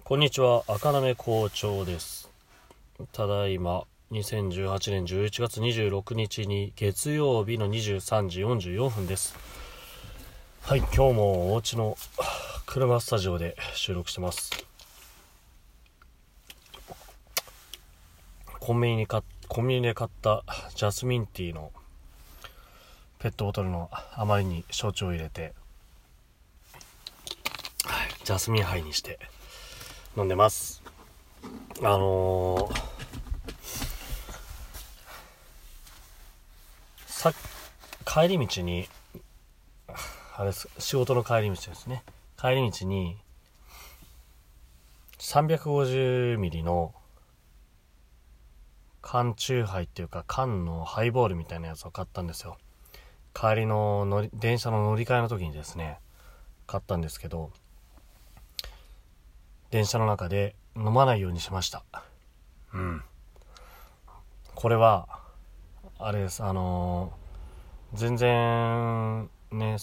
こんにちは、赤なめ校長です。ただいま2018年11月26日に月曜日の23時44分です。はい、今日もお家の車スタジオで収録してます。コンビニで買ったジャスミンティーのペットボトルの余りに焼酎を入れて、ジャスミンハイにして飲んでます。帰り道に仕事の帰り道ですね。帰り道に350ミリの缶チューハイっていうか缶のハイボールみたいなやつを買ったんですよ。帰りの電車の乗り換えの時にですね買ったんですけど、電車の中で飲まないようにしました。これはあれです。全然ね、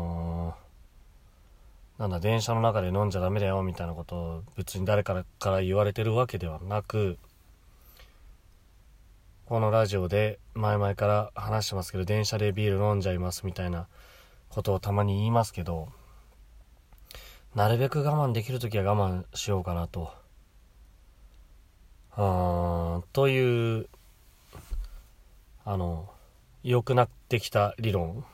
電車の中で飲んじゃダメだよみたいなことを別に誰から言われてるわけではなく、このラジオで前々から話してますけど、電車でビール飲んじゃいますみたいなことをたまに言いますけど、なるべく我慢できるときは我慢しようかなという良くなってきた理論、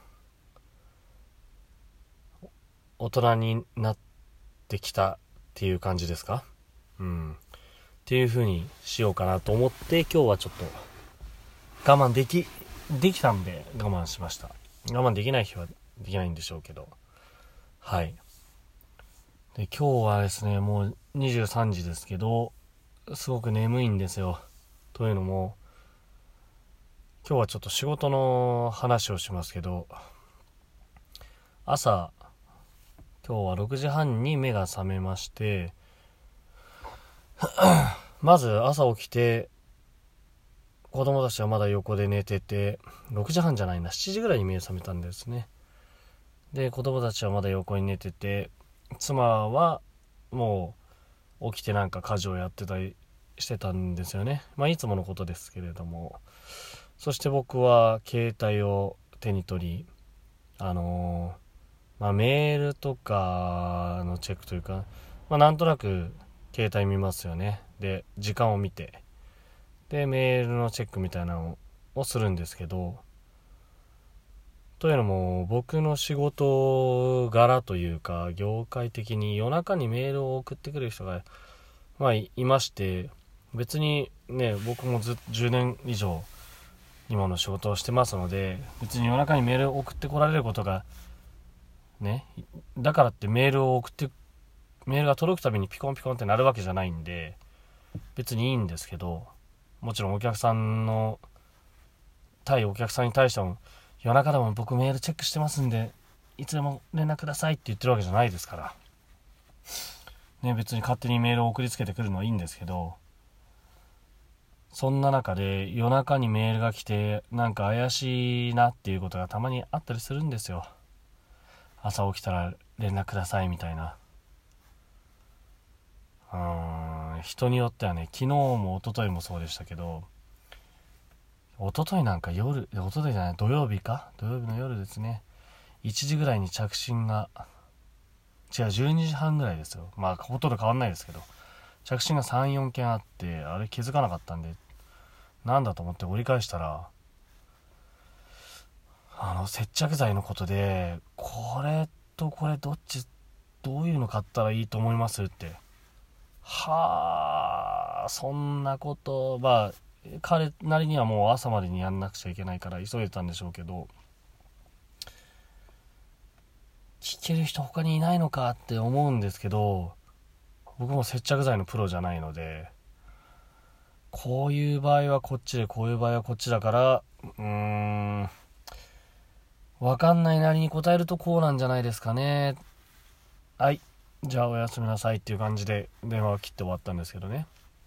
大人になってきたっていう感じですか。っていう風にしようかなと思って、今日はちょっと我慢できたんで我慢しました。我慢できない日はできないんでしょうけど、はい。で、今日はですね、もう23時ですけど、すごく眠いんですよ。というのも、今日はちょっと仕事の話をしますけど、今日は6時半に目が覚めまして、まず朝起きて、子供たちはまだ横で寝てて、6時半じゃないな、7時ぐらいに目が覚めたんですね。で、子供たちはまだ横に寝てて、妻はもう起きてなんか家事をやってたりしてたんですよね。いつものことですけれども、そして僕は携帯を手に取り、メールとかのチェックというか、なんとなく携帯見ますよね。で、時間を見て、でメールのチェックみたいなのをするんですけど、というのも僕の仕事柄というか業界的に夜中にメールを送ってくる人がいまして、別にね、僕も10年以上今の仕事をしてますので、別に夜中にメールを送ってこられることがね、だからってメールが届くたびにピコンピコンってなるわけじゃないんで別にいいんですけど、もちろん対お客さんに対しても夜中でも僕メールチェックしてますんでいつでも連絡くださいって言ってるわけじゃないですからね。別に勝手にメールを送りつけてくるのはいいんですけど、そんな中で夜中にメールが来てなんか怪しいなっていうことがたまにあったりするんですよ。朝起きたら連絡くださいみたいな。人によってはね、昨日も一昨日もそうでしたけど、土曜日の夜ですね、1時ぐらいに着信が12時半ぐらいですよ。ほとんど変わんないですけど、着信が 3,4 件あって、あれ気づかなかったんでなんだと思って折り返したら、接着剤のことで、これとこれどういうの買ったらいいと思いますって。そんなこと、彼なりにはもう朝までにやんなくちゃいけないから急いでたんでしょうけど、聞ける人他にいないのかって思うんですけど、僕も接着剤のプロじゃないので、こういう場合はこっちで、こういう場合はこっちだから、わかんないなりに答えるとこうなんじゃないですかね。はい、じゃあおやすみなさいっていう感じで電話を切って終わったんですけどね。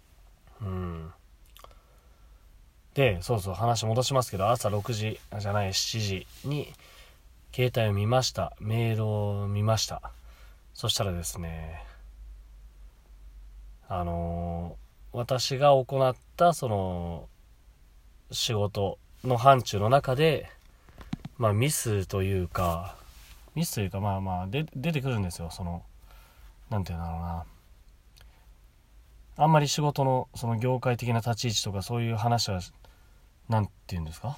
で、話戻しますけど、朝7時に携帯を見ました。メールを見ました。そしたらですね、 私が行ったその仕事の範疇の中で、ミスというか出てくるんですよ。なんていうんだろうな、あんまり仕事のその業界的な立ち位置とかそういう話はなんていうんですか、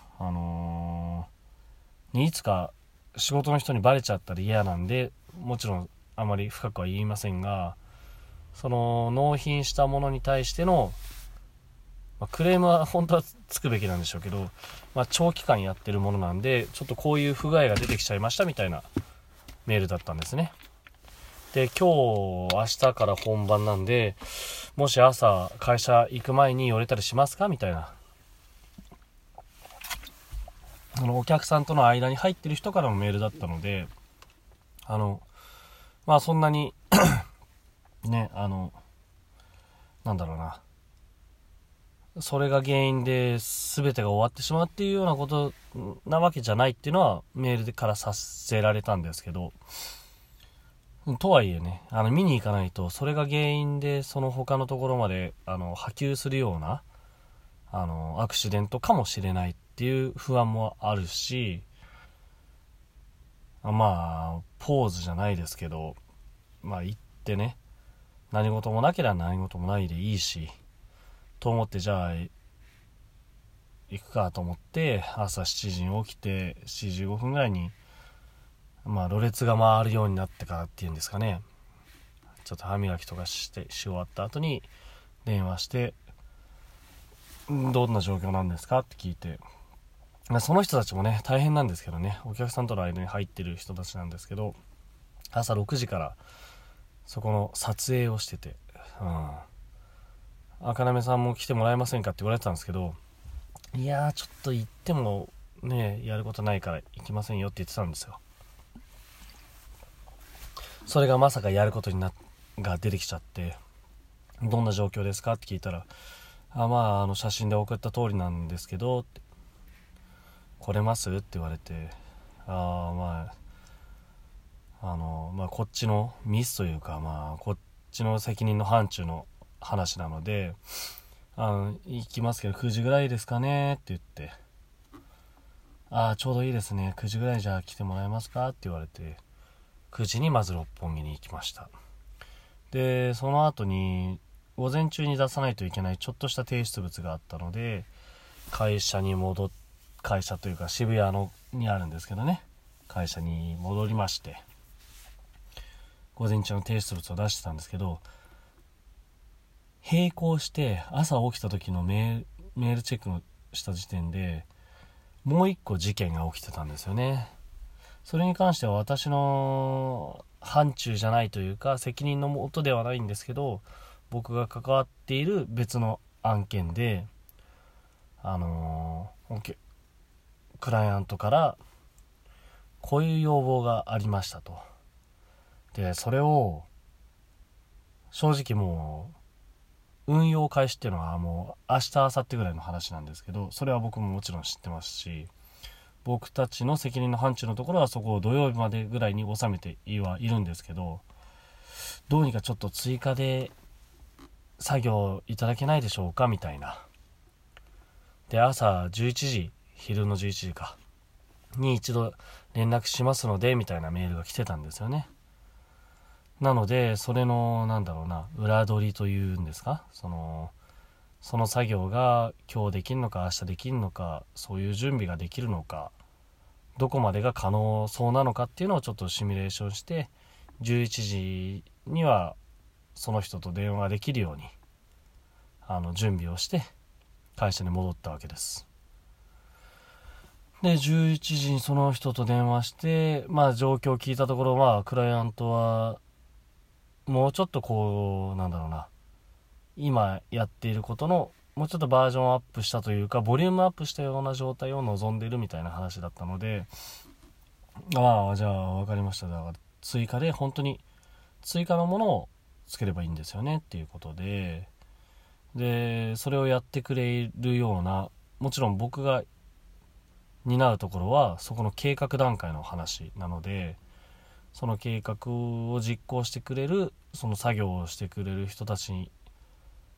いつか仕事の人にバレちゃったら嫌なんで、もちろんあまり深くは言いませんが、その納品したものに対しての、クレームは本当はつくべきなんでしょうけど、長期間やってるものなんで、ちょっとこういう不具合が出てきちゃいましたみたいなメールだったんですね。で、明日から本番なんで、もし朝会社行く前に寄れたりしますかみたいな、お客さんとの間に入ってる人からのメールだったので、そんなにね、なんだろうな、それが原因で全てが終わってしまうっていうようなことなわけじゃないっていうのはメールからさせられたんですけど、とはいえね、見に行かないとそれが原因でその他のところまで波及するようなアクシデントかもしれないっていう不安もあるし、ポーズじゃないですけど、行ってね、何事もなければ何事もないでいいしと思って、じゃあ行くかと思って朝7時に起きて、7時15分ぐらいにろれつが回るようになってからっていうんですかね、ちょっと歯磨きとかし終わった後に電話して、どんな状況なんですかって聞いて、その人たちもね大変なんですけどね、お客さんとの間に入ってる人たちなんですけど、朝6時からそこの撮影をしてて、赤なめさんも来てもらえませんかって言われてたんですけど、いやーちょっと行ってもねやることないから行きませんよって言ってたんですよ。それがまさかやることが出てきちゃって、どんな状況ですかって聞いたら、写真で送った通りなんですけどって、来れますって言われて、こっちのミスというか、こっちの責任の範疇の話なので、行きますけど9時ぐらいですかねって言って、ちょうどいいですね、9時ぐらいじゃあ来てもらえますかって言われて、9時にまず六本木に行きました。で、その後に午前中に出さないといけないちょっとした提出物があったので、会社というか渋谷にあるんですけどね、会社に戻りまして、午前中の提出物を出してたんですけど、並行して朝起きた時のメールチェックをした時点でもう一個事件が起きてたんですよね。それに関しては私の範疇じゃないというか責任のもとではないんですけど、僕が関わっている別の案件で、クライアントからこういう要望がありましたと。で、それを正直もう運用開始っていうのはもう明日明後日ぐらいの話なんですけど、それは僕ももちろん知ってますし、僕たちの責任の範疇のところはそこを土曜日までぐらいに収めてはいるんですけど、どうにかちょっと追加で作業いただけないでしょうかみたいな。で、朝11時、昼の11時かに一度連絡しますのでみたいなメールが来てたんですよね。なのでそれの裏取りというんですか、その作業が今日できるのか明日できるのか、そういう準備ができるのか、どこまでが可能そうなのかっていうのをちょっとシミュレーションして、11時にはその人と電話できるように準備をして会社に戻ったわけです。で、11時にその人と電話して、状況を聞いたところ、クライアントはもうちょっと今やっていることのもうちょっとバージョンアップしたというか、ボリュームアップしたような状態を望んでいるみたいな話だったので、じゃあ分かりました、だから追加で本当に追加のものをつければいいんですよねっていうことで、それをやってくれるような、もちろん僕が担うところはそこの計画段階の話なので、その計画を実行してくれる、その作業をしてくれる人たち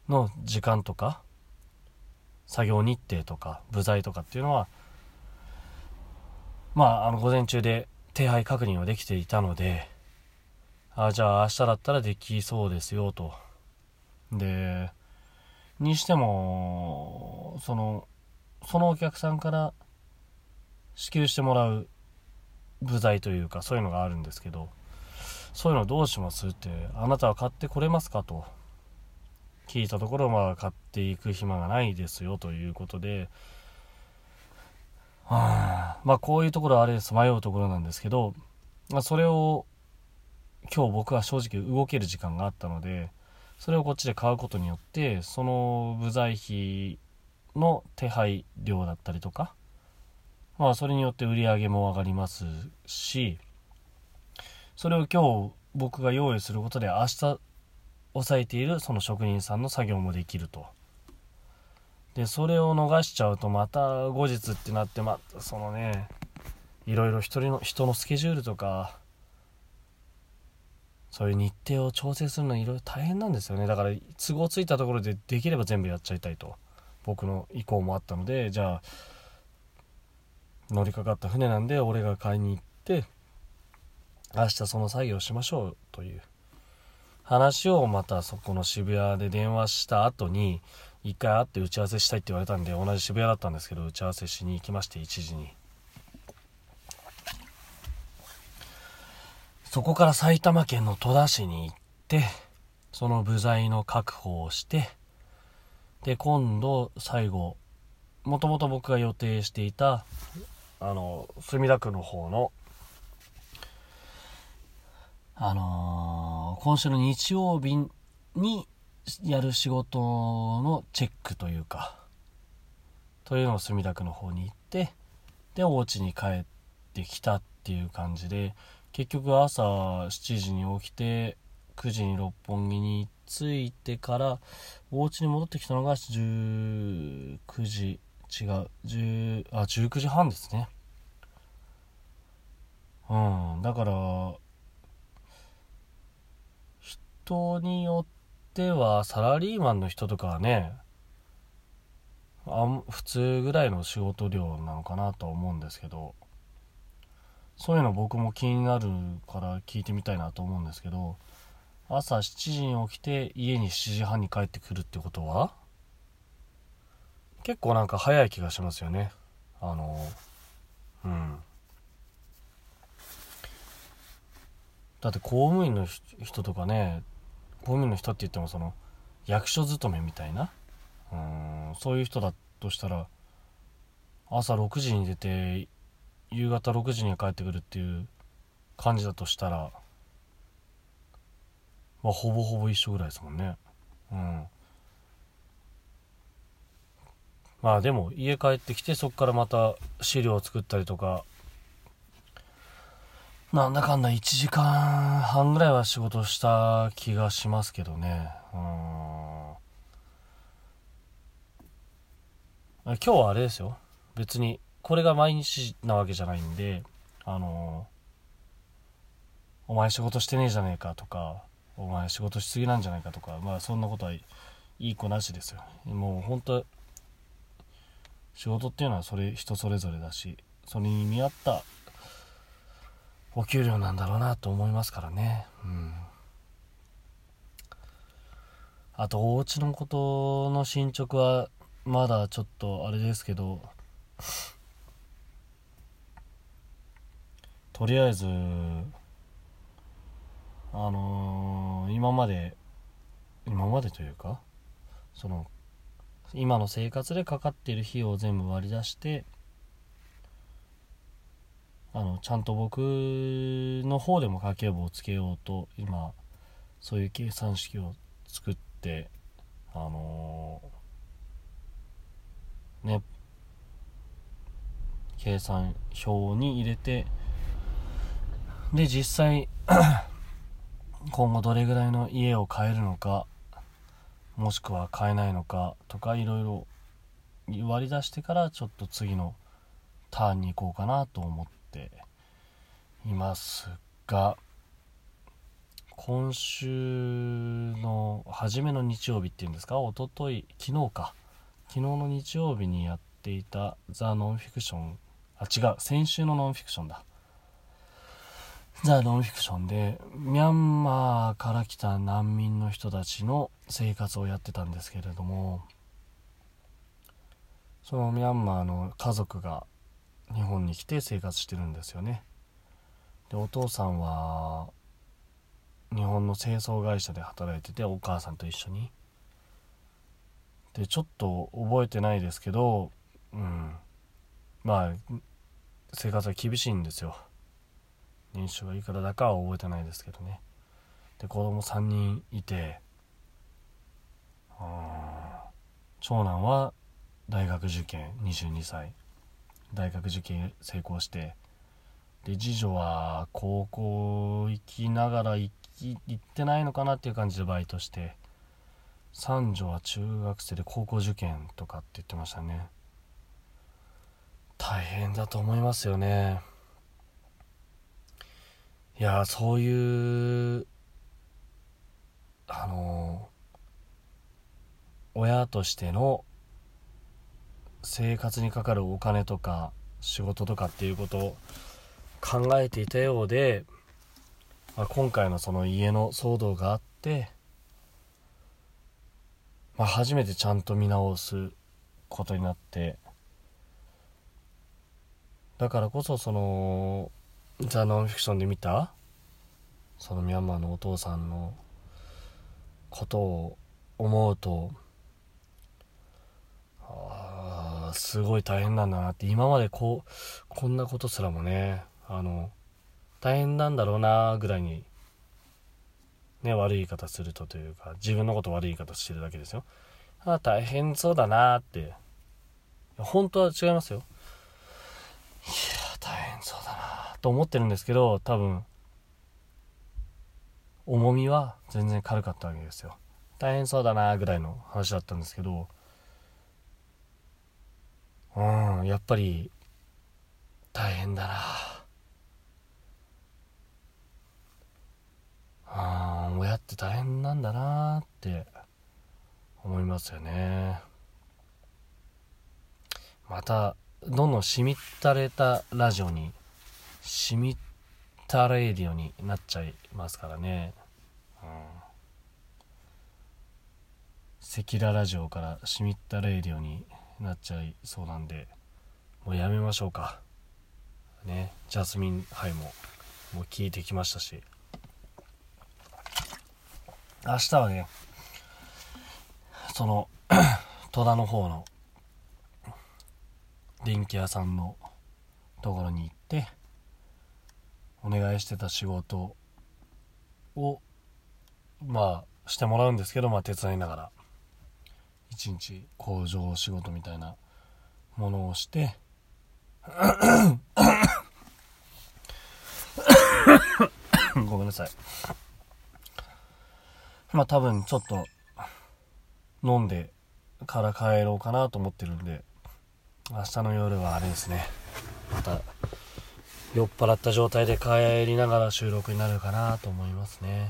の時間とか作業日程とか部材とかっていうのは午前中で手配確認はできていたので、じゃあ明日だったらできそうですよと。でにしてもそのお客さんから支給してもらう部材というかそういうのがあるんですけど、そういうのどうしますって、あなたは買ってこれますかと聞いたところ、買っていく暇がないですよということで、こういうところはあれです、迷うところなんですけど、それを今日僕は正直動ける時間があったので、それをこっちで買うことによってその部材費の手配量だったりとか、それによって売り上げも上がりますし、それを今日僕が用意することで明日抑えているその職人さんの作業もできると。でそれを逃しちゃうとまた後日ってなって、そのね、いろいろ人のスケジュールとかそういう日程を調整するのいろいろ大変なんですよね。だから都合ついたところでできれば全部やっちゃいたいと僕の意向もあったので、じゃあ乗りかかった船なんで俺が買いに行って明日その作業をしましょうという話をまたそこの渋谷で電話した後に一回会って打ち合わせしたいって言われたんで、同じ渋谷だったんですけど打ち合わせしに行きまして、1時に。そこから埼玉県の戸田市に行ってその部材の確保をして、で今度最後もともと僕が予定していた墨田区の方の今週の日曜日にやる仕事のチェックというかというのを墨田区の方に行って、でお家に帰ってきたっていう感じで、結局朝7時に起きて9時に六本木に着いてからお家に戻ってきたのが19時19時半ですね。だから人によってはサラリーマンの人とかはね、普通ぐらいの仕事量なのかなとは思うんですけど、そういうの僕も気になるから聞いてみたいなと思うんですけど、朝7時に起きて家に7時半に帰ってくるってことは結構なんか早い気がしますよね。だって公務員の人とかね、公務員の人って言ってもその役所勤めみたいな、そういう人だとしたら朝6時に出て夕方6時には帰ってくるっていう感じだとしたら、ほぼほぼ一緒ぐらいですもんね。でも家帰ってきてそこからまた資料を作ったりとか、なんだかんだ1時間半ぐらいは仕事した気がしますけどね。今日はあれですよ、別にこれが毎日なわけじゃないんで、お前仕事してねえじゃねえかとか、お前仕事しすぎなんじゃないかとか、そんなことはいい子なしですよ。もう本当仕事っていうのは人それぞれだし、それに見合ったお給料なんだろうなと思いますからね。あとお家のことの進捗はまだちょっとあれですけど、とりあえず今までというか、その今の生活でかかっている費用を全部割り出して、ちゃんと僕の方でも家計簿をつけようと今そういう計算式を作って計算表に入れて、で実際今後どれぐらいの家を買えるのかもしくは買えないのかとかいろいろ割り出してからちょっと次のターンに行こうかなと思っていますが、 今週の初めの日曜日っていうんですか、昨日の日曜日にやっていたザ・ノンフィクション、先週のノンフィクションだ、ザ・ノンフィクションでミャンマーから来た難民の人たちの生活をやってたんですけれども、そのミャンマーの家族が日本に来て生活してるんですよね。でお父さんは日本の清掃会社で働いてて、お母さんと一緒にで、ちょっと覚えてないですけど、まあ生活は厳しいんですよ。年収がいくらだかは覚えてないですけどね。で子供3人いて、長男は大学受験、22歳大学受験成功して、で次女は高校行きながら行ってないのかなっていう感じでバイトして、三女は中学生で高校受験とかって言ってましたね。大変だと思いますよね。いや、そういう親としての生活にかかるお金とか仕事とかっていうことを考えていたようで、今回のその家の騒動があって、初めてちゃんと見直すことになって、だからこそそのザ・ノンフィクションで見たそのミャンマーのお父さんのことを思うと、すごい大変なんだなって、今までこんなことすらもね、大変なんだろうなぐらいにね、悪い言い方するというか、自分のこと悪い言い方してるだけですよ。大変そうだなって、本当は違いますよ。いや大変そうだなと思ってるんですけど、多分重みは全然軽かったわけですよ。大変そうだなぐらいの話だったんですけど、やっぱり大変だな、親って大変なんだなって思いますよね。またどんどんしみったれたラジオにしみったレディオになっちゃいますからね。赤裸ラジオからしみったレディオになっちゃいそうなんで、もうやめましょうかね。ジャスミンハイもう聞いてきましたし、明日はね、その戸田の方の電気屋さんのところに行ってお願いしてた仕事をしてもらうんですけど、手伝いながら一日工場仕事みたいなものをしてごめんなさい。多分ちょっと飲んでから帰ろうかなと思ってるんで、明日の夜はあれですね、また酔っ払った状態で帰りながら収録になるかなと思いますね。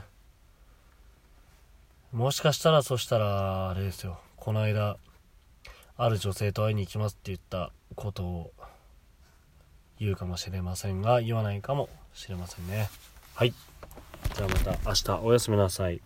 もしかしたら、そしたらあれですよ、この間ある女性と会いに行きますって言ったことを言うかもしれませんが、言わないかもしれませんね。はい、じゃあまた明日おやすみなさい。